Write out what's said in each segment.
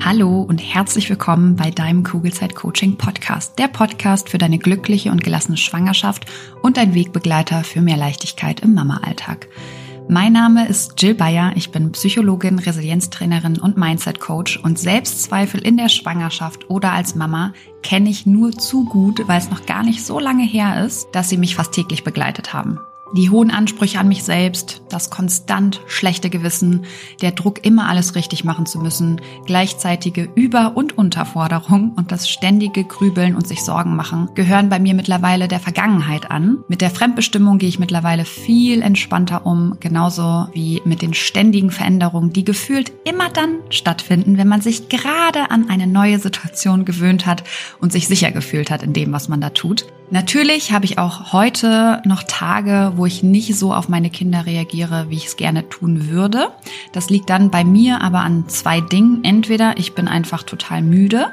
Hallo und herzlich willkommen bei deinem Kugelzeit-Coaching-Podcast, der Podcast für deine glückliche und gelassene Schwangerschaft und dein Wegbegleiter für mehr Leichtigkeit im Mama-Alltag. Mein Name ist Jill Bayer, ich bin Psychologin, Resilienztrainerin und Mindset-Coach und Selbstzweifel in der Schwangerschaft oder als Mama kenne ich nur zu gut, weil es noch gar nicht so lange her ist, dass sie mich fast täglich begleitet haben. Die hohen Ansprüche an mich selbst, das konstant schlechte Gewissen, der Druck, immer alles richtig machen zu müssen, gleichzeitige Über- und Unterforderung und das ständige Grübeln und sich Sorgen machen gehören bei mir mittlerweile der Vergangenheit an. Mit der Fremdbestimmung gehe ich mittlerweile viel entspannter um, genauso wie mit den ständigen Veränderungen, die gefühlt immer dann stattfinden, wenn man sich gerade an eine neue Situation gewöhnt hat und sich sicher gefühlt hat in dem, was man da tut. Natürlich habe ich auch heute noch Tage, wo ich nicht so auf meine Kinder reagiere, wie ich es gerne tun würde. Das liegt dann bei mir aber an zwei Dingen. Entweder ich bin einfach total müde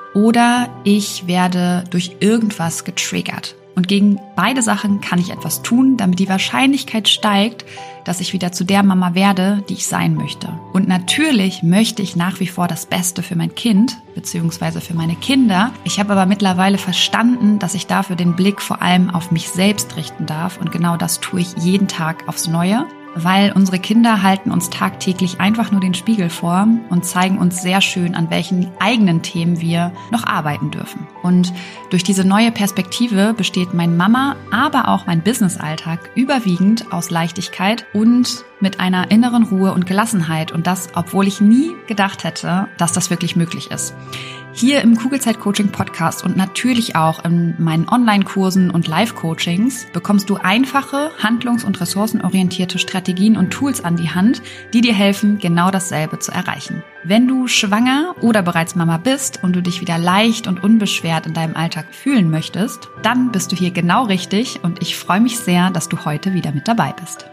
oder ich werde durch irgendwas getriggert. Und gegen beide Sachen kann ich etwas tun, damit die Wahrscheinlichkeit steigt, dass ich wieder zu der Mama werde, die ich sein möchte. Und natürlich möchte ich nach wie vor das Beste für mein Kind bzw. für meine Kinder. Ich habe aber mittlerweile verstanden, dass ich dafür den Blick vor allem auf mich selbst richten darf. Und genau das tue ich jeden Tag aufs Neue. Weil unsere Kinder halten uns tagtäglich einfach nur den Spiegel vor und zeigen uns sehr schön, an welchen eigenen Themen wir noch arbeiten dürfen. Und durch diese neue Perspektive besteht mein Mama, aber auch mein Business-Alltag überwiegend aus Leichtigkeit und mit einer inneren Ruhe und Gelassenheit. Und das, obwohl ich nie gedacht hätte, dass das wirklich möglich ist. Hier im Kugelzeit-Coaching-Podcast und natürlich auch in meinen Online-Kursen und Live-Coachings bekommst du einfache, handlungs- und ressourcenorientierte Strategien und Tools an die Hand, die dir helfen, genau dasselbe zu erreichen. Wenn du schwanger oder bereits Mama bist und du dich wieder leicht und unbeschwert in deinem Alltag fühlen möchtest, dann bist du hier genau richtig und ich freue mich sehr, dass du heute wieder mit dabei bist.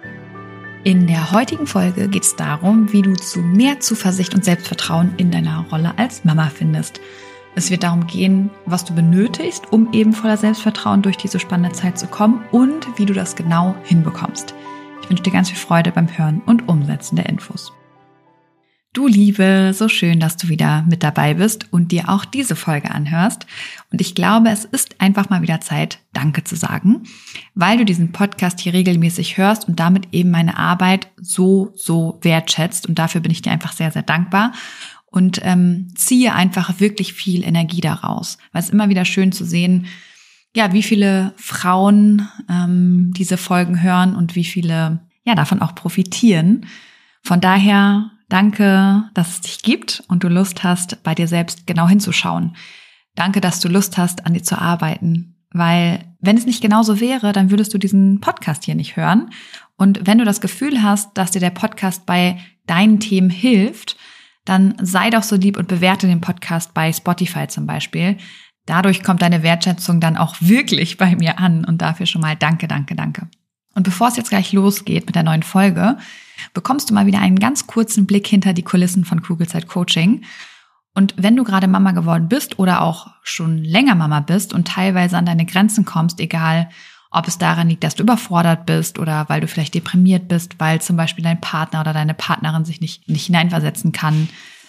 In der heutigen Folge geht es darum, wie du zu mehr Zuversicht und Selbstvertrauen in deiner Rolle als Mama findest. Es wird darum gehen, was du benötigst, um eben voller Selbstvertrauen durch diese spannende Zeit zu kommen und wie du das genau hinbekommst. Ich wünsche dir ganz viel Freude beim Hören und Umsetzen der Infos. Du Liebe, so schön, dass du wieder mit dabei bist und dir auch diese Folge anhörst. Und ich glaube, es ist einfach mal wieder Zeit, Danke zu sagen, weil du diesen Podcast hier regelmäßig hörst und damit eben meine Arbeit so wertschätzt. Und dafür bin ich dir einfach sehr, sehr dankbar und ziehe einfach wirklich viel Energie daraus. Weil es ist immer wieder schön zu sehen, ja, wie viele Frauen diese Folgen hören und wie viele ja davon auch profitieren. Von daher danke, dass es dich gibt und du Lust hast, bei dir selbst genau hinzuschauen. Danke, dass du Lust hast, an dir zu arbeiten, weil wenn es nicht genauso wäre, dann würdest du diesen Podcast hier nicht hören. Und wenn du das Gefühl hast, dass dir der Podcast bei deinen Themen hilft, dann sei doch so lieb und bewerte den Podcast bei Spotify zum Beispiel. Dadurch kommt deine Wertschätzung dann auch wirklich bei mir an und dafür schon mal danke. Und bevor es jetzt gleich losgeht mit der neuen Folge, bekommst du mal wieder einen ganz kurzen Blick hinter die Kulissen von Kugelzeit Coaching. Und wenn du gerade Mama geworden bist oder auch schon länger Mama bist und teilweise an deine Grenzen kommst, egal ob es daran liegt, dass du überfordert bist oder weil du vielleicht deprimiert bist, weil zum Beispiel dein Partner oder deine Partnerin sich nicht hineinversetzen kann,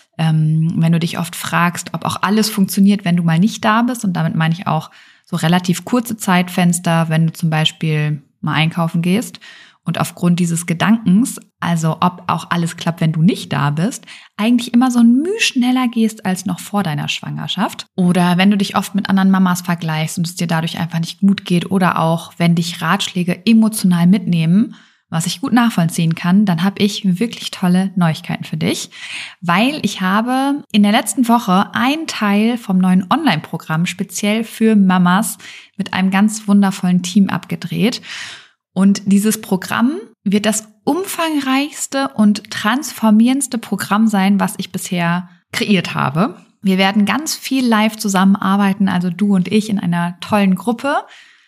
wenn du dich oft fragst, ob auch alles funktioniert, wenn du mal nicht da bist. Und damit meine ich auch so relativ kurze Zeitfenster, wenn du zum Beispiel mal einkaufen gehst und aufgrund dieses Gedankens, also ob auch alles klappt, wenn du nicht da bist, eigentlich immer so ein Müh schneller gehst als noch vor deiner Schwangerschaft. Oder wenn du dich oft mit anderen Mamas vergleichst und es dir dadurch einfach nicht gut geht oder auch wenn dich Ratschläge emotional mitnehmen, was ich gut nachvollziehen kann, dann habe ich wirklich tolle Neuigkeiten für dich, weil ich habe in der letzten Woche einen Teil vom neuen Online-Programm speziell für Mamas mit einem ganz wundervollen Team abgedreht. Und dieses Programm wird das umfangreichste und transformierendste Programm sein, was ich bisher kreiert habe. Wir werden ganz viel live zusammenarbeiten, also du und ich in einer tollen Gruppe.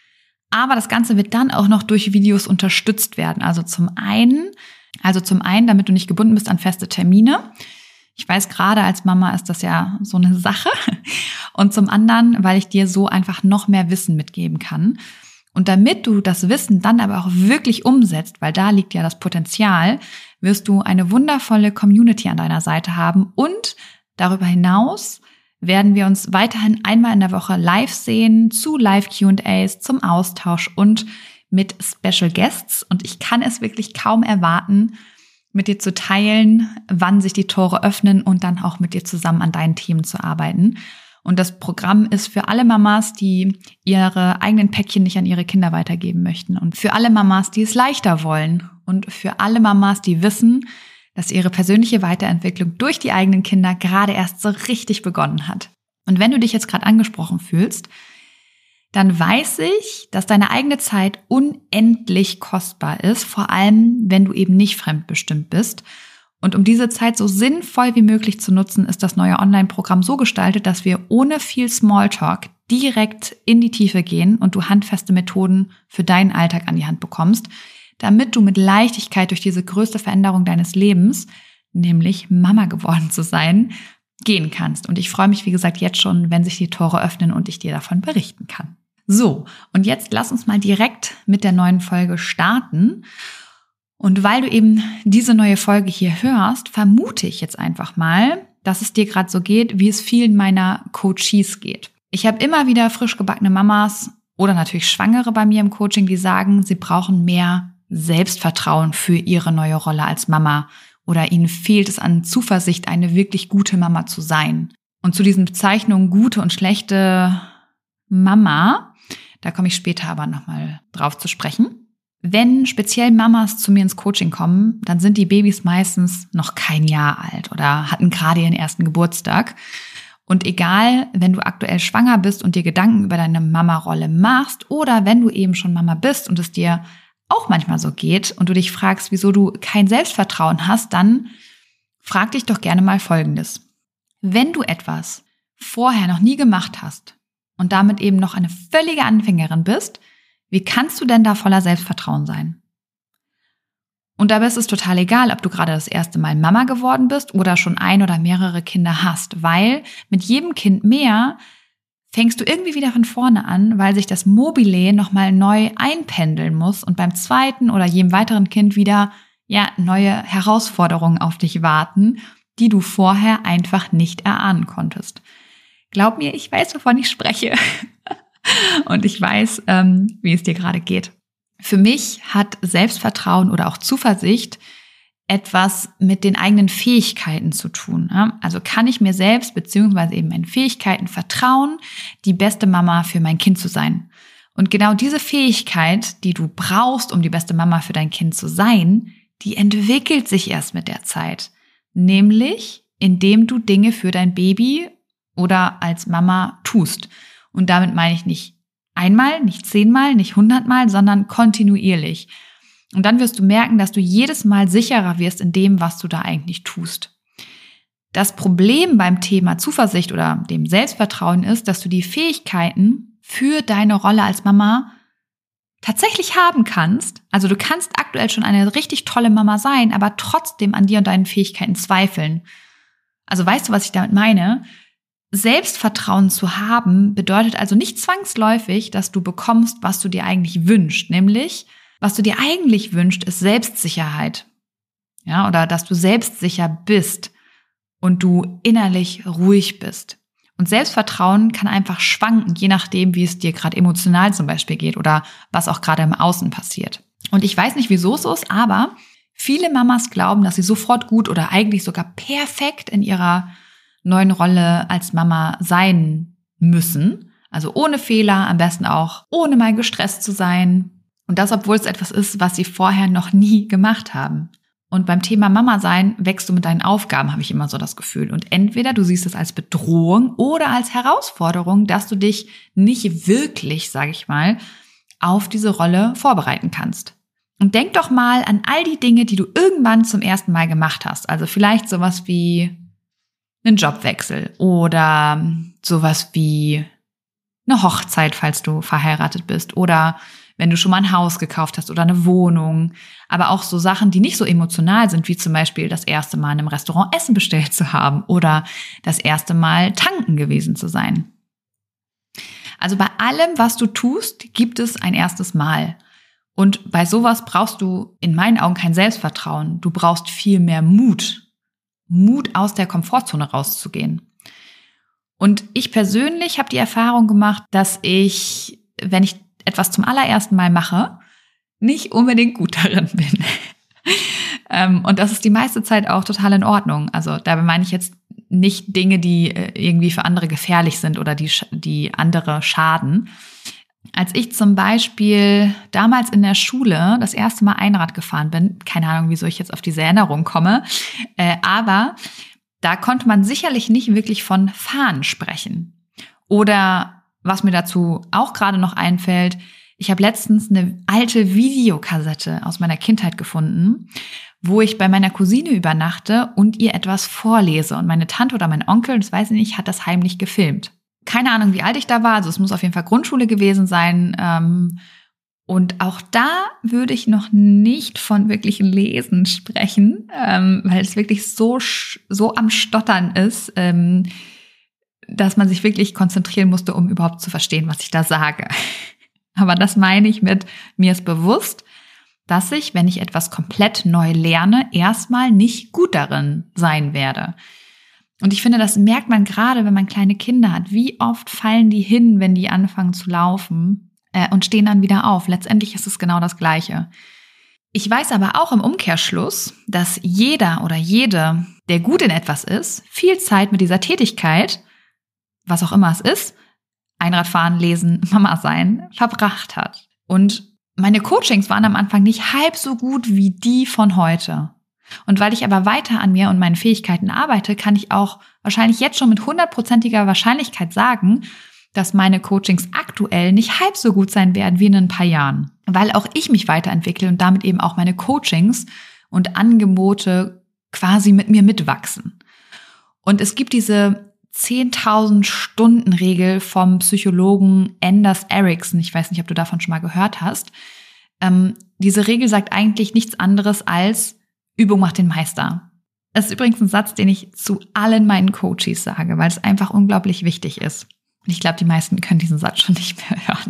Aber das Ganze wird dann auch noch durch Videos unterstützt werden. Also zum einen, damit du nicht gebunden bist an feste Termine. Ich weiß, gerade als Mama ist das ja so eine Sache. Und zum anderen, weil ich dir so einfach noch mehr Wissen mitgeben kann. Und damit du das Wissen dann aber auch wirklich umsetzt, weil da liegt ja das Potenzial, wirst du eine wundervolle Community an deiner Seite haben und Darüber hinaus werden wir uns weiterhin einmal in der Woche live sehen, zu Live-Q&As, zum Austausch und mit Special Guests. Und ich kann es wirklich kaum erwarten, mit dir zu teilen, wann sich die Tore öffnen und dann auch mit dir zusammen an deinen Themen zu arbeiten. Und das Programm ist für alle Mamas, die ihre eigenen Päckchen nicht an ihre Kinder weitergeben möchten. Und für alle Mamas, die es leichter wollen. Und für alle Mamas, die wissen, dass ihre persönliche Weiterentwicklung durch die eigenen Kinder gerade erst so richtig begonnen hat. Und wenn du dich jetzt gerade angesprochen fühlst, dann weiß ich, dass deine eigene Zeit unendlich kostbar ist, vor allem wenn du eben nicht fremdbestimmt bist. Und um diese Zeit so sinnvoll wie möglich zu nutzen, ist das neue Online-Programm so gestaltet, dass wir ohne viel Smalltalk direkt in die Tiefe gehen und du handfeste Methoden für deinen Alltag an die Hand bekommst, damit du mit Leichtigkeit durch diese größte Veränderung deines Lebens, nämlich Mama geworden zu sein, gehen kannst. Und ich freue mich, wie gesagt, jetzt schon, wenn sich die Tore öffnen und ich dir davon berichten kann. So, und jetzt lass uns mal direkt mit der neuen Folge starten. Und weil du eben diese neue Folge hier hörst, vermute ich jetzt einfach mal, dass es dir gerade so geht, wie es vielen meiner Coaches geht. Ich habe immer wieder frisch gebackene Mamas oder natürlich Schwangere bei mir im Coaching, die sagen, sie brauchen mehr Selbstvertrauen für ihre neue Rolle als Mama oder ihnen fehlt es an Zuversicht, eine wirklich gute Mama zu sein. Und zu diesen Bezeichnungen gute und schlechte Mama, da komme ich später aber nochmal drauf zu sprechen. Wenn speziell Mamas zu mir ins Coaching kommen, dann sind die Babys meistens noch kein Jahr alt oder hatten gerade ihren ersten Geburtstag. Und egal, wenn du aktuell schwanger bist und dir Gedanken über deine Mama-Rolle machst oder wenn du eben schon Mama bist und es dir auch manchmal so geht und du dich fragst, wieso du kein Selbstvertrauen hast, dann frag dich doch gerne mal Folgendes. Wenn du etwas vorher noch nie gemacht hast und damit eben noch eine völlige Anfängerin bist, wie kannst du denn da voller Selbstvertrauen sein? Und dabei ist es total egal, ob du gerade das erste Mal Mama geworden bist oder schon ein oder mehrere Kinder hast, weil mit jedem Kind mehr fängst du irgendwie wieder von vorne an, weil sich das Mobile nochmal neu einpendeln muss und beim zweiten oder jedem weiteren Kind wieder neue Herausforderungen auf dich warten, die du vorher einfach nicht erahnen konntest. Glaub mir, ich weiß, wovon ich spreche und ich weiß, wie es dir gerade geht. Für mich hat Selbstvertrauen oder auch Zuversicht etwas mit den eigenen Fähigkeiten zu tun. Also kann ich mir selbst beziehungsweise eben meinen Fähigkeiten vertrauen, die beste Mama für mein Kind zu sein. Und genau diese Fähigkeit, die du brauchst, um die beste Mama für dein Kind zu sein, die entwickelt sich erst mit der Zeit. Nämlich, indem du Dinge für dein Baby oder als Mama tust. Und damit meine ich nicht einmal, nicht 10-mal, nicht 100-mal, sondern kontinuierlich. Und dann wirst du merken, dass du jedes Mal sicherer wirst in dem, was du da eigentlich tust. Das Problem beim Thema Zuversicht oder dem Selbstvertrauen ist, dass du die Fähigkeiten für deine Rolle als Mama tatsächlich haben kannst. Also du kannst aktuell schon eine richtig tolle Mama sein, aber trotzdem an dir und deinen Fähigkeiten zweifeln. Also weißt du, was ich damit meine? Selbstvertrauen zu haben bedeutet also nicht zwangsläufig, dass du bekommst, was du dir eigentlich wünschst, nämlich was du dir eigentlich wünschst, ist Selbstsicherheit. Ja, oder dass du selbstsicher bist und du innerlich ruhig bist. Und Selbstvertrauen kann einfach schwanken, je nachdem, wie es dir gerade emotional zum Beispiel geht oder was auch gerade im Außen passiert. Und ich weiß nicht, wieso es so ist, aber viele Mamas glauben, dass sie sofort gut oder eigentlich sogar perfekt in ihrer neuen Rolle als Mama sein müssen. Also ohne Fehler, am besten auch ohne mal gestresst zu sein. Und das, obwohl es etwas ist, was sie vorher noch nie gemacht haben. Und beim Thema Mama sein wächst du mit deinen Aufgaben, habe ich immer so das Gefühl. Und entweder du siehst es als Bedrohung oder als Herausforderung, dass du dich nicht wirklich, sage ich mal, auf diese Rolle vorbereiten kannst. Und denk doch mal an all die Dinge, die du irgendwann zum ersten Mal gemacht hast. Also vielleicht sowas wie einen Jobwechsel oder sowas wie eine Hochzeit, falls du verheiratet bist, oder wenn du schon mal ein Haus gekauft hast oder eine Wohnung, aber auch so Sachen, die nicht so emotional sind, wie zum Beispiel das erste Mal in einem Restaurant Essen bestellt zu haben oder das erste Mal tanken gewesen zu sein. Also bei allem, was du tust, gibt es ein erstes Mal. Und bei sowas brauchst du in meinen Augen kein Selbstvertrauen. Du brauchst viel mehr Mut. Mut, aus der Komfortzone rauszugehen. Und ich persönlich habe die Erfahrung gemacht, dass ich, wenn ich etwas zum allerersten Mal mache, nicht unbedingt gut darin bin. Und das ist die meiste Zeit auch total in Ordnung. Also dabei meine ich jetzt nicht Dinge, die irgendwie für andere gefährlich sind oder die andere schaden. Als ich zum Beispiel damals in der Schule das erste Mal Einrad gefahren bin, keine Ahnung, wieso ich jetzt auf diese Erinnerung komme, aber da konnte man sicherlich nicht wirklich von Fahren sprechen. Oder was mir dazu auch gerade noch einfällt, ich habe letztens eine alte Videokassette aus meiner Kindheit gefunden, wo ich bei meiner Cousine übernachte und ihr etwas vorlese. Und meine Tante oder mein Onkel, das weiß ich nicht, hat das heimlich gefilmt. Keine Ahnung, wie alt ich da war, also es muss auf jeden Fall Grundschule gewesen sein. Und auch da würde ich noch nicht von wirklich Lesen sprechen, weil es wirklich so am Stottern ist, dass man sich wirklich konzentrieren musste, um überhaupt zu verstehen, was ich da sage. Aber das meine ich mit, mir ist bewusst, dass ich, wenn ich etwas komplett neu lerne, erstmal nicht gut darin sein werde. Und ich finde, das merkt man gerade, wenn man kleine Kinder hat. Wie oft fallen die hin, wenn die anfangen zu laufen und stehen dann wieder auf. Letztendlich ist es genau das Gleiche. Ich weiß aber auch im Umkehrschluss, dass jeder oder jede, der gut in etwas ist, viel Zeit mit dieser Tätigkeit, was auch immer es ist, Einradfahren, Lesen, Mama sein, verbracht hat. Und meine Coachings waren am Anfang nicht halb so gut wie die von heute. Und weil ich aber weiter an mir und meinen Fähigkeiten arbeite, kann ich auch wahrscheinlich jetzt schon mit 100%iger Wahrscheinlichkeit sagen, dass meine Coachings aktuell nicht halb so gut sein werden wie in ein paar Jahren. Weil auch ich mich weiterentwickle und damit eben auch meine Coachings und Angebote quasi mit mir mitwachsen. Und es gibt diese 10.000 Stunden Regel vom Psychologen Anders Ericsson. Ich weiß nicht, ob du davon schon mal gehört hast. Diese Regel sagt eigentlich nichts anderes als Übung macht den Meister. Das ist übrigens ein Satz, den ich zu allen meinen Coaches sage, weil es einfach unglaublich wichtig ist. Und ich glaube, die meisten können diesen Satz schon nicht mehr hören.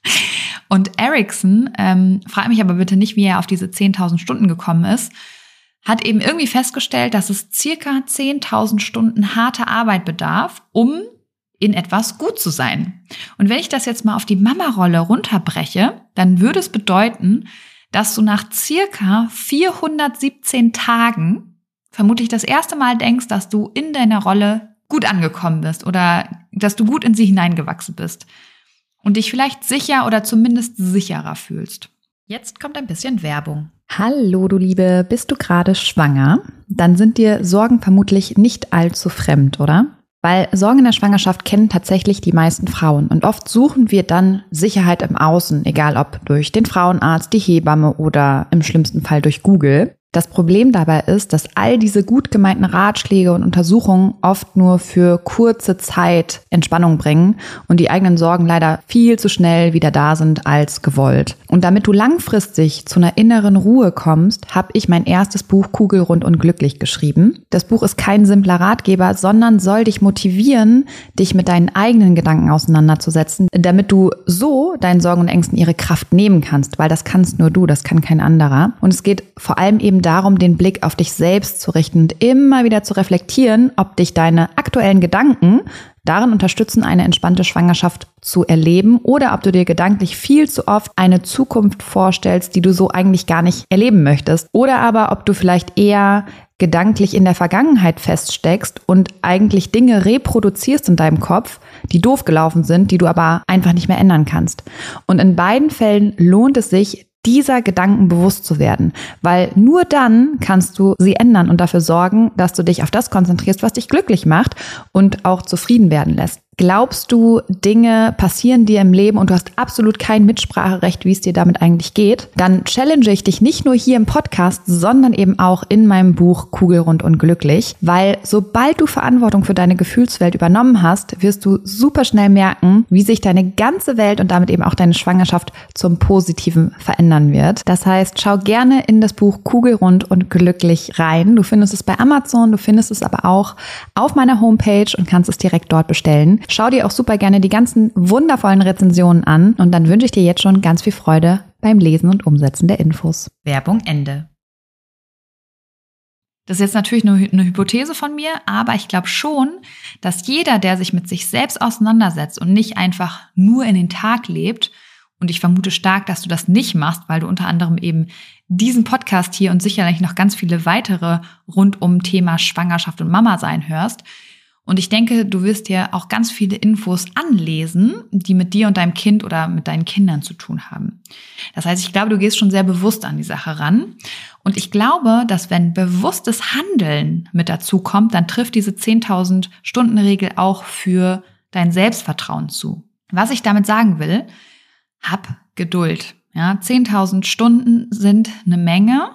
Und Ericsson, frag mich aber bitte nicht, wie er auf diese 10.000 Stunden gekommen ist, hat eben irgendwie festgestellt, dass es circa 10.000 Stunden harte Arbeit bedarf, um in etwas gut zu sein. Und wenn ich das jetzt mal auf die Mama-Rolle runterbreche, dann würde es bedeuten, dass du nach circa 417 Tagen vermutlich das erste Mal denkst, dass du in deiner Rolle gut angekommen bist oder dass du gut in sie hineingewachsen bist und dich vielleicht sicher oder zumindest sicherer fühlst. Jetzt kommt ein bisschen Werbung. Hallo du Liebe, bist du gerade schwanger? Dann sind dir Sorgen vermutlich nicht allzu fremd, oder? Weil Sorgen in der Schwangerschaft kennen tatsächlich die meisten Frauen und oft suchen wir dann Sicherheit im Außen, egal ob durch den Frauenarzt, die Hebamme oder im schlimmsten Fall durch Google. Das Problem dabei ist, dass all diese gut gemeinten Ratschläge und Untersuchungen oft nur für kurze Zeit Entspannung bringen und die eigenen Sorgen leider viel zu schnell wieder da sind als gewollt. Und damit du langfristig zu einer inneren Ruhe kommst, habe ich mein erstes Buch Kugelrund und glücklich geschrieben. Das Buch ist kein simpler Ratgeber, sondern soll dich motivieren, dich mit deinen eigenen Gedanken auseinanderzusetzen, damit du so deinen Sorgen und Ängsten ihre Kraft nehmen kannst, weil das kannst nur du, das kann kein anderer. Und es geht vor allem eben darum, den Blick auf dich selbst zu richten und immer wieder zu reflektieren, ob dich deine aktuellen Gedanken darin unterstützen, eine entspannte Schwangerschaft zu erleben oder ob du dir gedanklich viel zu oft eine Zukunft vorstellst, die du so eigentlich gar nicht erleben möchtest. Oder aber ob du vielleicht eher gedanklich in der Vergangenheit feststeckst und eigentlich Dinge reproduzierst in deinem Kopf, die doof gelaufen sind, die du aber einfach nicht mehr ändern kannst. Und in beiden Fällen lohnt es sich, dieser Gedanken bewusst zu werden, weil nur dann kannst du sie ändern und dafür sorgen, dass du dich auf das konzentrierst, was dich glücklich macht und auch zufrieden werden lässt. Glaubst du, Dinge passieren dir im Leben und du hast absolut kein Mitspracherecht, wie es dir damit eigentlich geht? Dann challenge ich dich nicht nur hier im Podcast, sondern eben auch in meinem Buch Kugelrund und glücklich, weil sobald du Verantwortung für deine Gefühlswelt übernommen hast, wirst du super schnell merken, wie sich deine ganze Welt und damit eben auch deine Schwangerschaft zum Positiven verändern wird. Das heißt, schau gerne in das Buch Kugelrund und glücklich rein. Du findest es bei Amazon, du findest es aber auch auf meiner Homepage und kannst es direkt dort bestellen. Schau dir auch super gerne die ganzen wundervollen Rezensionen an und dann wünsche ich dir jetzt schon ganz viel Freude beim Lesen und Umsetzen der Infos. Werbung Ende. Das ist jetzt natürlich nur eine Hypothese von mir, aber ich glaube schon, dass jeder, der sich mit sich selbst auseinandersetzt und nicht einfach nur in den Tag lebt, und ich vermute stark, dass du das nicht machst, weil du unter anderem eben diesen Podcast hier und sicherlich noch ganz viele weitere rund um Thema Schwangerschaft und Mama sein hörst. Und ich denke, du wirst dir auch ganz viele Infos anlesen, die mit dir und deinem Kind oder mit deinen Kindern zu tun haben. Das heißt, ich glaube, du gehst schon sehr bewusst an die Sache ran. Und ich glaube, dass wenn bewusstes Handeln mit dazu kommt, dann trifft diese 10.000 Stunden-Regel auch für dein Selbstvertrauen zu. Was ich damit sagen will, hab Geduld. Ja, 10.000 Stunden sind eine Menge.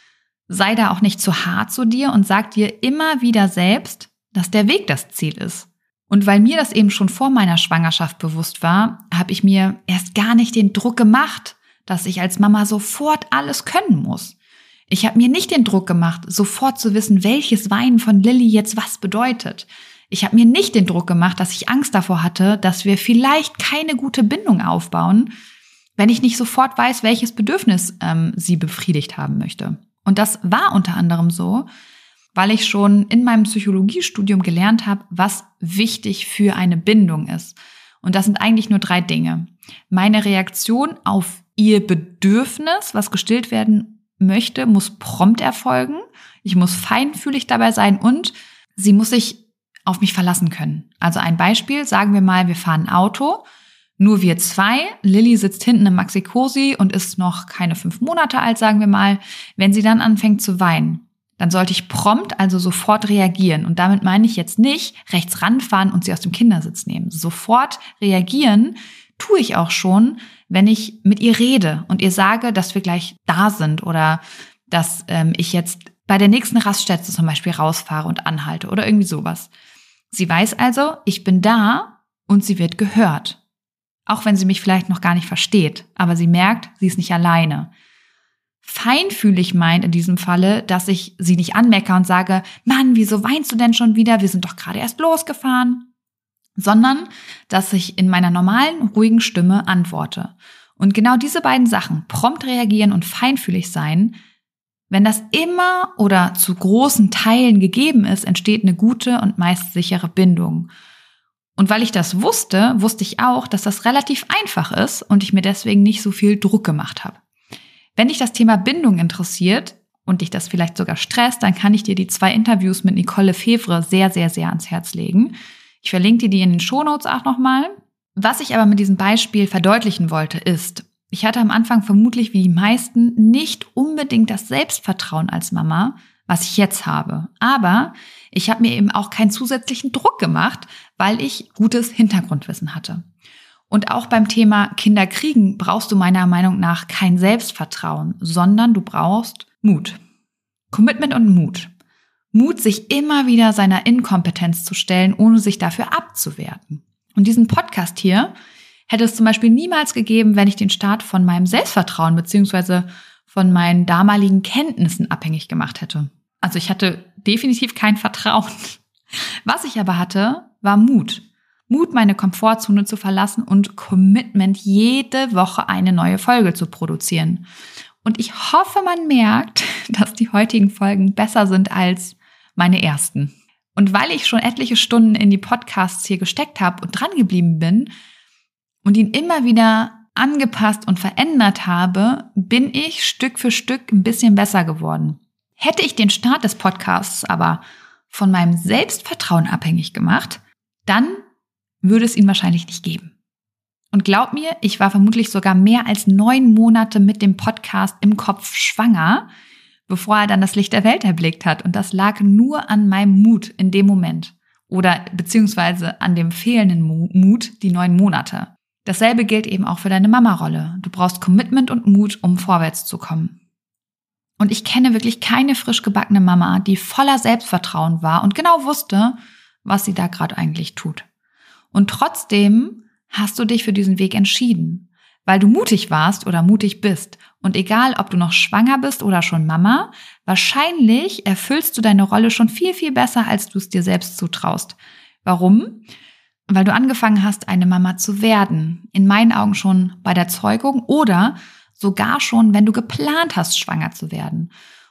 Sei da auch nicht zu hart zu dir und sag dir immer wieder selbst, dass der Weg das Ziel ist. Und weil mir das eben schon vor meiner Schwangerschaft bewusst war, habe ich mir erst gar nicht den Druck gemacht, dass ich als Mama sofort alles können muss. Ich habe mir nicht den Druck gemacht, sofort zu wissen, welches Weinen von Lilly jetzt was bedeutet. Ich habe mir nicht den Druck gemacht, dass ich Angst davor hatte, dass wir vielleicht keine gute Bindung aufbauen, wenn ich nicht sofort weiß, welches Bedürfnis sie befriedigt haben möchte. Und das war unter anderem so, weil ich schon in meinem Psychologiestudium gelernt habe, was wichtig für eine Bindung ist. Und das sind eigentlich nur 3 Dinge. Meine Reaktion auf ihr Bedürfnis, was gestillt werden möchte, muss prompt erfolgen. Ich muss feinfühlig dabei sein und sie muss sich auf mich verlassen können. Also ein Beispiel, sagen wir mal, wir fahren Auto, nur wir 2, Lilly sitzt hinten im Maxi-Cosi und ist noch keine 5 Monate alt, sagen wir mal. Wenn sie dann anfängt zu weinen, dann sollte ich prompt, also sofort reagieren. Und damit meine ich jetzt nicht rechts ranfahren und sie aus dem Kindersitz nehmen. Sofort reagieren tue ich auch schon, wenn ich mit ihr rede und ihr sage, dass wir gleich da sind oder dass ich jetzt bei der nächsten Raststätte zum Beispiel rausfahre und anhalte oder irgendwie sowas. Sie weiß also, ich bin da und sie wird gehört. Auch wenn sie mich vielleicht noch gar nicht versteht, aber sie merkt, sie ist nicht alleine. Feinfühlig meint in diesem Falle, dass ich sie nicht anmeckere und sage, Mann, wieso weinst du denn schon wieder? Wir sind doch gerade erst losgefahren. Sondern, dass ich in meiner normalen, ruhigen Stimme antworte. Und genau diese beiden Sachen, prompt reagieren und feinfühlig sein, wenn das immer oder zu großen Teilen gegeben ist, entsteht eine gute und meist sichere Bindung. Und weil ich das wusste, wusste ich auch, dass das relativ einfach ist und ich mir deswegen nicht so viel Druck gemacht habe. Wenn dich das Thema Bindung interessiert und dich das vielleicht sogar stresst, dann kann ich dir die 2 Interviews mit Nicole Lefevre sehr, sehr, sehr ans Herz legen. Ich verlinke dir die in den Shownotes auch nochmal. Was ich aber mit diesem Beispiel verdeutlichen wollte, ist, ich hatte am Anfang vermutlich wie die meisten nicht unbedingt das Selbstvertrauen als Mama, was ich jetzt habe. Aber ich habe mir eben auch keinen zusätzlichen Druck gemacht, weil ich gutes Hintergrundwissen hatte. Und auch beim Thema Kinder kriegen brauchst du meiner Meinung nach kein Selbstvertrauen, sondern du brauchst Mut. Commitment und Mut. Mut, sich immer wieder seiner Inkompetenz zu stellen, ohne sich dafür abzuwerten. Und diesen Podcast hier hätte es zum Beispiel niemals gegeben, wenn ich den Start von meinem Selbstvertrauen bzw. von meinen damaligen Kenntnissen abhängig gemacht hätte. Also ich hatte definitiv kein Vertrauen. Was ich aber hatte, war Mut. Mut, meine Komfortzone zu verlassen und Commitment, jede Woche eine neue Folge zu produzieren. Und ich hoffe, man merkt, dass die heutigen Folgen besser sind als meine ersten. Und weil ich schon etliche Stunden in die Podcasts hier gesteckt habe und dran geblieben bin und ihn immer wieder angepasst und verändert habe, bin ich Stück für Stück ein bisschen besser geworden. Hätte ich den Start des Podcasts aber von meinem Selbstvertrauen abhängig gemacht, dann würde es ihn wahrscheinlich nicht geben. Und glaub mir, ich war vermutlich sogar mehr als 9 Monate mit dem Podcast im Kopf schwanger, bevor er dann das Licht der Welt erblickt hat. Und das lag nur an meinem Mut in dem Moment oder beziehungsweise an dem fehlenden Mut die 9 Monate. Dasselbe gilt eben auch für deine Mama-Rolle. Du brauchst Commitment und Mut, um vorwärts zu kommen. Und ich kenne wirklich keine frisch gebackene Mama, die voller Selbstvertrauen war und genau wusste, was sie da gerade eigentlich tut. Und trotzdem hast du dich für diesen Weg entschieden, weil du mutig warst oder mutig bist. Und egal, ob du noch schwanger bist oder schon Mama, wahrscheinlich erfüllst du deine Rolle schon viel, viel besser, als du es dir selbst zutraust. Warum? Weil du angefangen hast, eine Mama zu werden. In meinen Augen schon bei der Zeugung oder sogar schon, wenn du geplant hast, schwanger zu werden.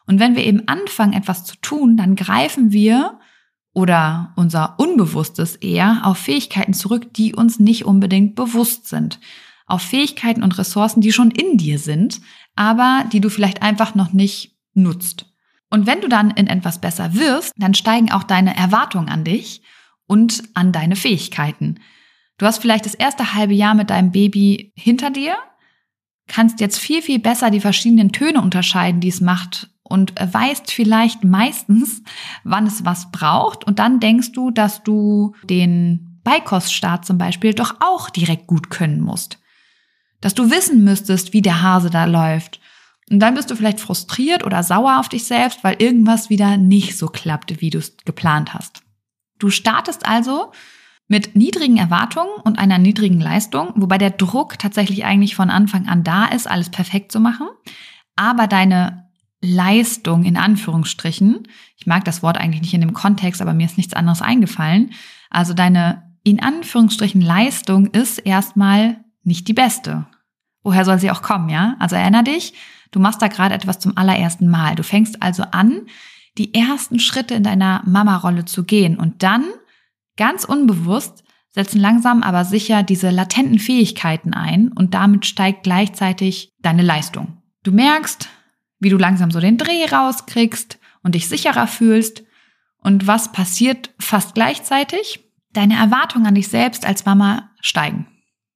Und wenn wir eben anfangen, etwas zu tun, dann greifen wir oder unser Unbewusstes eher auf Fähigkeiten zurück, die uns nicht unbedingt bewusst sind. Auf Fähigkeiten und Ressourcen, die schon in dir sind, aber die du vielleicht einfach noch nicht nutzt. Und wenn du dann in etwas besser wirst, dann steigen auch deine Erwartungen an dich und an deine Fähigkeiten. Du hast vielleicht das erste halbe Jahr mit deinem Baby hinter dir, kannst jetzt viel, viel besser die verschiedenen Töne unterscheiden, die es macht und weißt vielleicht meistens, wann es was braucht. Und dann denkst du, dass du den Beikoststart zum Beispiel doch auch direkt gut können musst. Dass du wissen müsstest, wie der Hase da läuft. Und dann bist du vielleicht frustriert oder sauer auf dich selbst, weil irgendwas wieder nicht so klappt, wie du es geplant hast. Du startest also mit niedrigen Erwartungen und einer niedrigen Leistung, wobei der Druck tatsächlich eigentlich von Anfang an da ist, alles perfekt zu machen. Aber deine Leistung in Anführungsstrichen, ich mag das Wort eigentlich nicht in dem Kontext, aber mir ist nichts anderes eingefallen, also deine in Anführungsstrichen Leistung ist erstmal nicht die beste. Woher soll sie auch kommen, ja? Also erinnere dich, du machst da gerade etwas zum allerersten Mal. Du fängst also an, die ersten Schritte in deiner Mama-Rolle zu gehen und dann ganz unbewusst setzen langsam aber sicher diese latenten Fähigkeiten ein und damit steigt gleichzeitig deine Leistung. Du merkst, wie du langsam so den Dreh rauskriegst und dich sicherer fühlst. Und was passiert fast gleichzeitig? Deine Erwartungen an dich selbst als Mama steigen.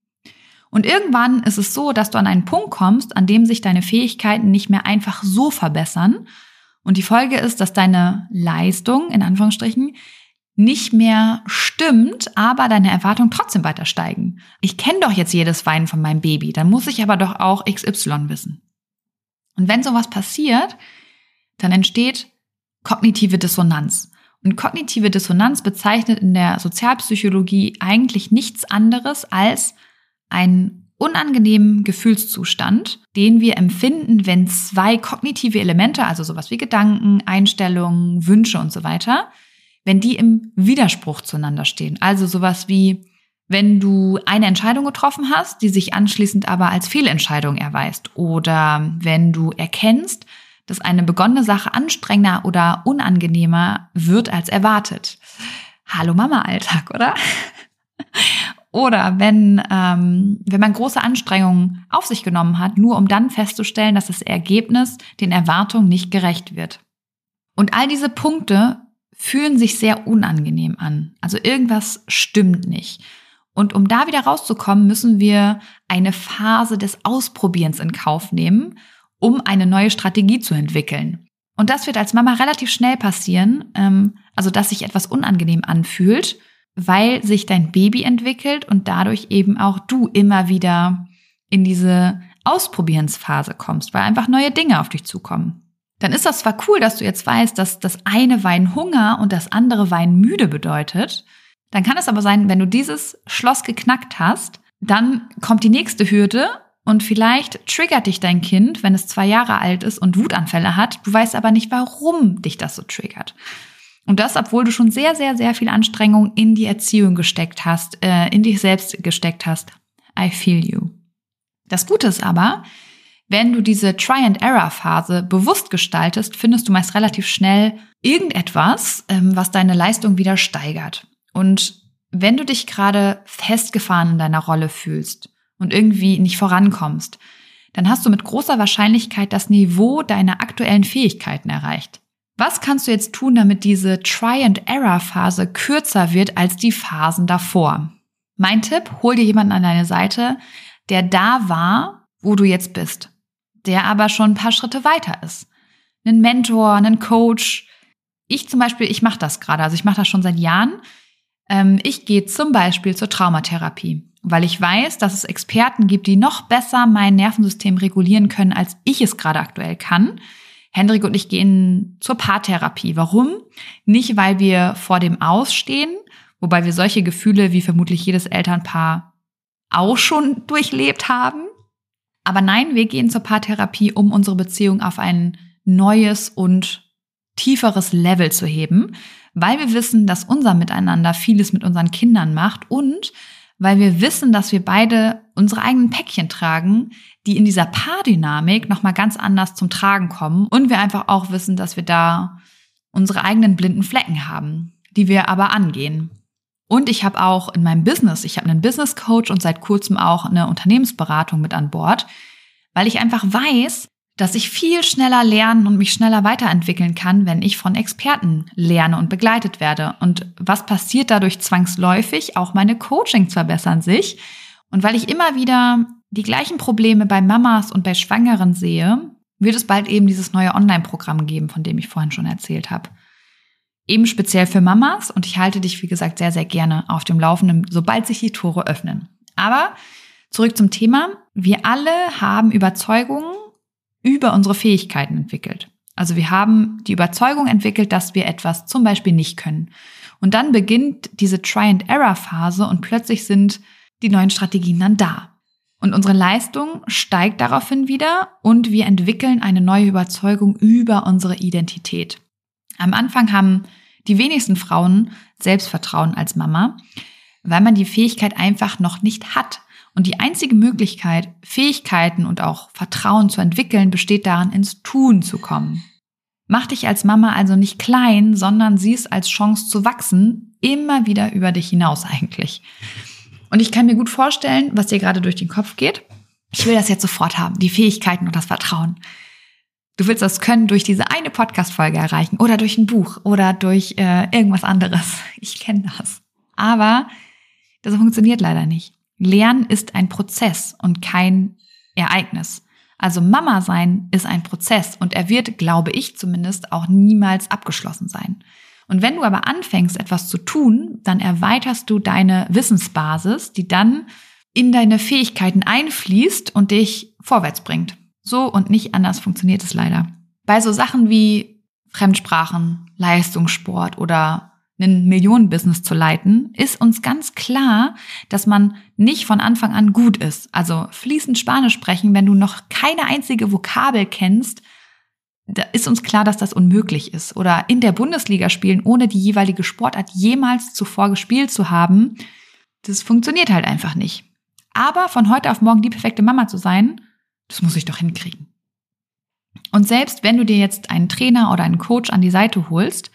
Und irgendwann ist es so, dass du an einen Punkt kommst, an dem sich deine Fähigkeiten nicht mehr einfach so verbessern. Und die Folge ist, dass deine Leistung, in Anführungsstrichen, nicht mehr stimmt, aber deine Erwartungen trotzdem weiter steigen. Ich kenne doch jetzt jedes Weinen von meinem Baby, dann muss ich aber doch auch XY wissen. Und wenn sowas passiert, dann entsteht kognitive Dissonanz. Und kognitive Dissonanz bezeichnet in der Sozialpsychologie eigentlich nichts anderes als einen unangenehmen Gefühlszustand, den wir empfinden, wenn zwei kognitive Elemente, also sowas wie Gedanken, Einstellungen, Wünsche und so weiter, wenn die im Widerspruch zueinander stehen. Also sowas wie, wenn du eine Entscheidung getroffen hast, die sich anschließend aber als Fehlentscheidung erweist. Oder wenn du erkennst, dass eine begonnene Sache anstrengender oder unangenehmer wird als erwartet. Hallo Mama-Alltag, oder? Oder wenn man große Anstrengungen auf sich genommen hat, nur um dann festzustellen, dass das Ergebnis den Erwartungen nicht gerecht wird. Und all diese Punkte fühlen sich sehr unangenehm an. Also irgendwas stimmt nicht. Und um da wieder rauszukommen, müssen wir eine Phase des Ausprobierens in Kauf nehmen, um eine neue Strategie zu entwickeln. Und das wird als Mama relativ schnell passieren, also dass sich etwas unangenehm anfühlt, weil sich dein Baby entwickelt und dadurch eben auch du immer wieder in diese Ausprobierensphase kommst, weil einfach neue Dinge auf dich zukommen. Dann ist das zwar cool, dass du jetzt weißt, dass das eine Wein Hunger und das andere Wein müde bedeutet. Dann kann es aber sein, wenn du dieses Schloss geknackt hast, dann kommt die nächste Hürde und vielleicht triggert dich dein Kind, wenn es 2 Jahre alt ist und Wutanfälle hat. Du weißt aber nicht, warum dich das so triggert. Und das, obwohl du schon sehr, sehr, sehr viel Anstrengung in die Erziehung gesteckt hast, in dich selbst gesteckt hast. I feel you. Das Gute ist aber, wenn du diese Try-and-Error-Phase bewusst gestaltest, findest du meist relativ schnell irgendetwas, was deine Leistung wieder steigert. Und wenn du dich gerade festgefahren in deiner Rolle fühlst und irgendwie nicht vorankommst, dann hast du mit großer Wahrscheinlichkeit das Niveau deiner aktuellen Fähigkeiten erreicht. Was kannst du jetzt tun, damit diese Try-and-Error-Phase kürzer wird als die Phasen davor? Mein Tipp, hol dir jemanden an deine Seite, der da war, wo du jetzt bist, der aber schon ein paar Schritte weiter ist. Einen Mentor, einen Coach. Ich zum Beispiel, ich mache das gerade, also ich mache das schon seit Jahren. Ich gehe zum Beispiel zur Traumatherapie, weil ich weiß, dass es Experten gibt, die noch besser mein Nervensystem regulieren können, als ich es gerade aktuell kann. Hendrik und ich gehen zur Paartherapie. Warum? Nicht, weil wir vor dem Ausstehen, wobei wir solche Gefühle wie vermutlich jedes Elternpaar auch schon durchlebt haben. Aber nein, wir gehen zur Paartherapie, um unsere Beziehung auf ein neues und tieferes Level zu heben, weil wir wissen, dass unser Miteinander vieles mit unseren Kindern macht und weil wir wissen, dass wir beide unsere eigenen Päckchen tragen, die in dieser Paardynamik nochmal ganz anders zum Tragen kommen und wir einfach auch wissen, dass wir da unsere eigenen blinden Flecken haben, die wir aber angehen. Und ich habe auch in meinem Business, ich habe einen Business Coach und seit kurzem auch eine Unternehmensberatung mit an Bord, weil ich einfach weiß, dass ich viel schneller lernen und mich schneller weiterentwickeln kann, wenn ich von Experten lerne und begleitet werde. Und was passiert dadurch zwangsläufig? Auch meine Coachings verbessern sich. Und weil ich immer wieder die gleichen Probleme bei Mamas und bei Schwangeren sehe, wird es bald eben dieses neue Online-Programm geben, von dem ich vorhin schon erzählt habe. Eben speziell für Mamas und ich halte dich, wie gesagt, sehr, sehr gerne auf dem Laufenden, sobald sich die Tore öffnen. Aber zurück zum Thema. Wir alle haben Überzeugungen über unsere Fähigkeiten entwickelt. Also wir haben die Überzeugung entwickelt, dass wir etwas zum Beispiel nicht können. Und dann beginnt diese Try-and-Error-Phase und plötzlich sind die neuen Strategien dann da. Und unsere Leistung steigt daraufhin wieder und wir entwickeln eine neue Überzeugung über unsere Identität. Am Anfang haben die wenigsten Frauen Selbstvertrauen als Mama, weil man die Fähigkeit einfach noch nicht hat. Und die einzige Möglichkeit, Fähigkeiten und auch Vertrauen zu entwickeln, besteht darin, ins Tun zu kommen. Mach dich als Mama also nicht klein, sondern sieh es als Chance zu wachsen, immer wieder über dich hinaus eigentlich. Und ich kann mir gut vorstellen, was dir gerade durch den Kopf geht. Ich will das jetzt sofort haben, die Fähigkeiten und das Vertrauen. Du willst das Können durch diese eine Podcast-Folge erreichen oder durch ein Buch oder durch irgendwas anderes. Ich kenne das. Aber das funktioniert leider nicht. Lernen ist ein Prozess und kein Ereignis. Also Mama sein ist ein Prozess und er wird, glaube ich zumindest, auch niemals abgeschlossen sein. Und wenn du aber anfängst, etwas zu tun, dann erweiterst du deine Wissensbasis, die dann in deine Fähigkeiten einfließt und dich vorwärts bringt. So und nicht anders funktioniert es leider. Bei so Sachen wie Fremdsprachen, Leistungssport oder ein Millionenbusiness zu leiten, ist uns ganz klar, dass man nicht von Anfang an gut ist. Also fließend Spanisch sprechen, wenn du noch keine einzige Vokabel kennst, da ist uns klar, dass das unmöglich ist. Oder in der Bundesliga spielen, ohne die jeweilige Sportart jemals zuvor gespielt zu haben, das funktioniert halt einfach nicht. Aber von heute auf morgen die perfekte Mama zu sein, das muss ich doch hinkriegen. Und selbst wenn du dir jetzt einen Trainer oder einen Coach an die Seite holst,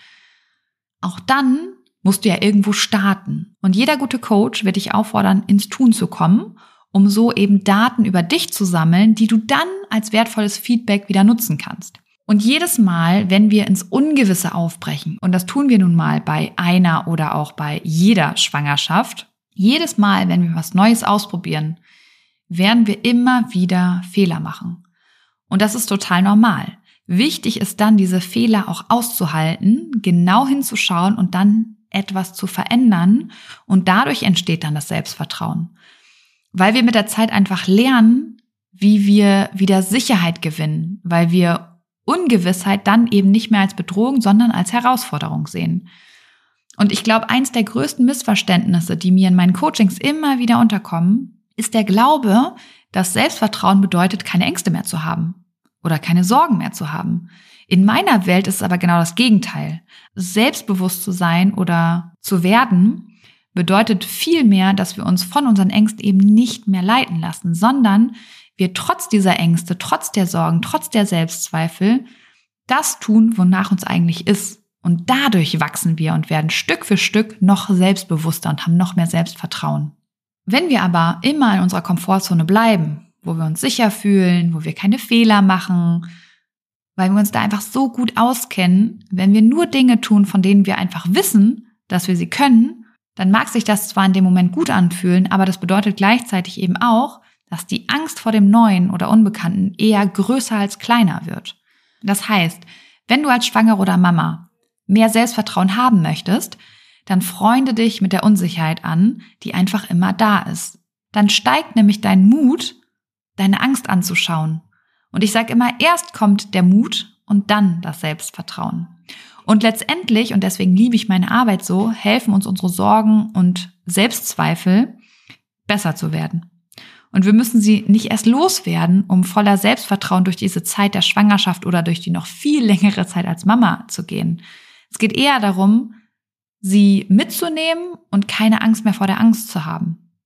auch dann musst du ja irgendwo starten. Und jeder gute Coach wird dich auffordern, ins Tun zu kommen, um so eben Daten über dich zu sammeln, die du dann als wertvolles Feedback wieder nutzen kannst. Und jedes Mal, wenn wir ins Ungewisse aufbrechen, und das tun wir nun mal bei einer oder auch bei jeder Schwangerschaft, jedes Mal, wenn wir was Neues ausprobieren, werden wir immer wieder Fehler machen. Und das ist total normal. Wichtig ist dann, diese Fehler auch auszuhalten, genau hinzuschauen und dann etwas zu verändern. Und dadurch entsteht dann das Selbstvertrauen. Weil wir mit der Zeit einfach lernen, wie wir wieder Sicherheit gewinnen, weil wir Ungewissheit dann eben nicht mehr als Bedrohung, sondern als Herausforderung sehen. Und ich glaube, eins der größten Missverständnisse, die mir in meinen Coachings immer wieder unterkommen, ist der Glaube, dass Selbstvertrauen bedeutet, keine Ängste mehr zu haben. Oder keine Sorgen mehr zu haben. In meiner Welt ist es aber genau das Gegenteil. Selbstbewusst zu sein oder zu werden bedeutet vielmehr, dass wir uns von unseren Ängsten eben nicht mehr leiten lassen, sondern wir trotz dieser Ängste, trotz der Sorgen, trotz der Selbstzweifel das tun, wonach uns eigentlich ist. Und dadurch wachsen wir und werden Stück für Stück noch selbstbewusster und haben noch mehr Selbstvertrauen. Wenn wir aber immer in unserer Komfortzone bleiben, wo wir uns sicher fühlen, wo wir keine Fehler machen, weil wir uns da einfach so gut auskennen, wenn wir nur Dinge tun, von denen wir einfach wissen, dass wir sie können, dann mag sich das zwar in dem Moment gut anfühlen, aber das bedeutet gleichzeitig eben auch, dass die Angst vor dem Neuen oder Unbekannten eher größer als kleiner wird. Das heißt, wenn du als Schwangere oder Mama mehr Selbstvertrauen haben möchtest, dann freunde dich mit der Unsicherheit an, die einfach immer da ist. Dann steigt nämlich dein Mut, deine Angst anzuschauen. Und ich sage immer, erst kommt der Mut und dann das Selbstvertrauen. Und letztendlich, und deswegen liebe ich meine Arbeit so, helfen uns unsere Sorgen und Selbstzweifel, besser zu werden. Und wir müssen sie nicht erst loswerden, um voller Selbstvertrauen durch diese Zeit der Schwangerschaft oder durch die noch viel längere Zeit als Mama zu gehen. Es geht eher darum, sie mitzunehmen und keine Angst mehr vor der Angst zu haben.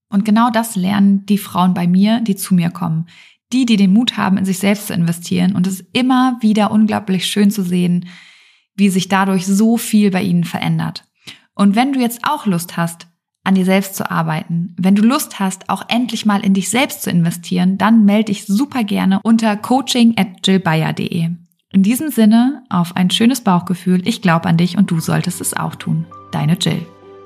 Und genau das lernen die Frauen bei mir, die zu mir kommen. Die den Mut haben, in sich selbst zu investieren. Und es ist immer wieder unglaublich schön zu sehen, wie sich dadurch so viel bei ihnen verändert. Und wenn du jetzt auch Lust hast, an dir selbst zu arbeiten, wenn du Lust hast, auch endlich mal in dich selbst zu investieren, dann melde dich super gerne unter coaching@jillbayer.de. In diesem Sinne, auf ein schönes Bauchgefühl. Ich glaube an dich und du solltest es auch tun. Deine Jill.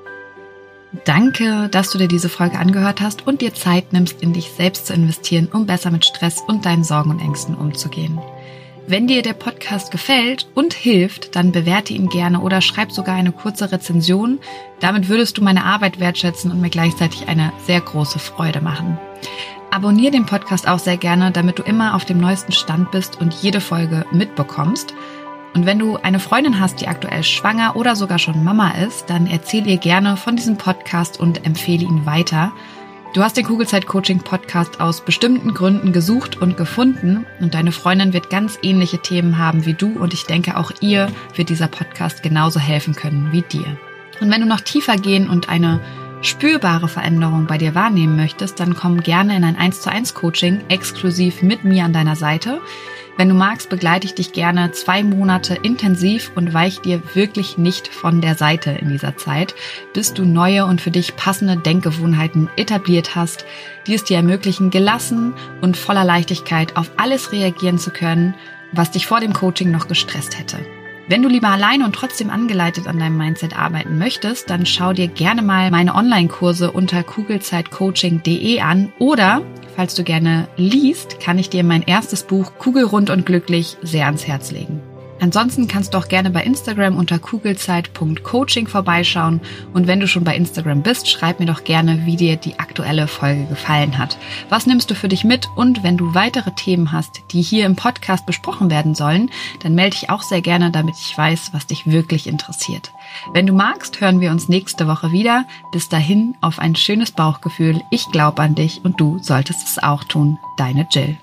Danke, dass du dir diese Folge angehört hast und dir Zeit nimmst, in dich selbst zu investieren, um besser mit Stress und deinen Sorgen und Ängsten umzugehen. Wenn dir der Podcast gefällt und hilft, dann bewerte ihn gerne oder schreib sogar eine kurze Rezension. Damit würdest du meine Arbeit wertschätzen und mir gleichzeitig eine sehr große Freude machen. Abonniere den Podcast auch sehr gerne, damit du immer auf dem neuesten Stand bist und jede Folge mitbekommst. Und wenn du eine Freundin hast, die aktuell schwanger oder sogar schon Mama ist, dann erzähl ihr gerne von diesem Podcast und empfehle ihn weiter. Du hast den Kugelzeit-Coaching-Podcast aus bestimmten Gründen gesucht und gefunden und deine Freundin wird ganz ähnliche Themen haben wie du und ich denke, auch ihr wird dieser Podcast genauso helfen können wie dir. Und wenn du noch tiefer gehen und eine spürbare Veränderung bei dir wahrnehmen möchtest, dann komm gerne in ein 1:1 Coaching exklusiv mit mir an deiner Seite. Wenn du magst, begleite ich dich gerne 2 Monate intensiv und weiche dir wirklich nicht von der Seite in dieser Zeit, bis du neue und für dich passende Denkgewohnheiten etabliert hast, die es dir ermöglichen, gelassen und voller Leichtigkeit auf alles reagieren zu können, was dich vor dem Coaching noch gestresst hätte. Wenn du lieber alleine und trotzdem angeleitet an deinem Mindset arbeiten möchtest, dann schau dir gerne mal meine Online-Kurse unter kugelzeitcoaching.de an oder, falls du gerne liest, kann ich dir mein erstes Buch Kugelrund und glücklich sehr ans Herz legen. Ansonsten kannst du auch gerne bei Instagram unter kugelzeit.coaching vorbeischauen und wenn du schon bei Instagram bist, schreib mir doch gerne, wie dir die aktuelle Folge gefallen hat. Was nimmst du für dich mit? Und wenn du weitere Themen hast, die hier im Podcast besprochen werden sollen, dann melde dich auch sehr gerne, damit ich weiß, was dich wirklich interessiert. Wenn du magst, hören wir uns nächste Woche wieder. Bis dahin auf ein schönes Bauchgefühl. Ich glaube an dich und du solltest es auch tun. Deine Jill.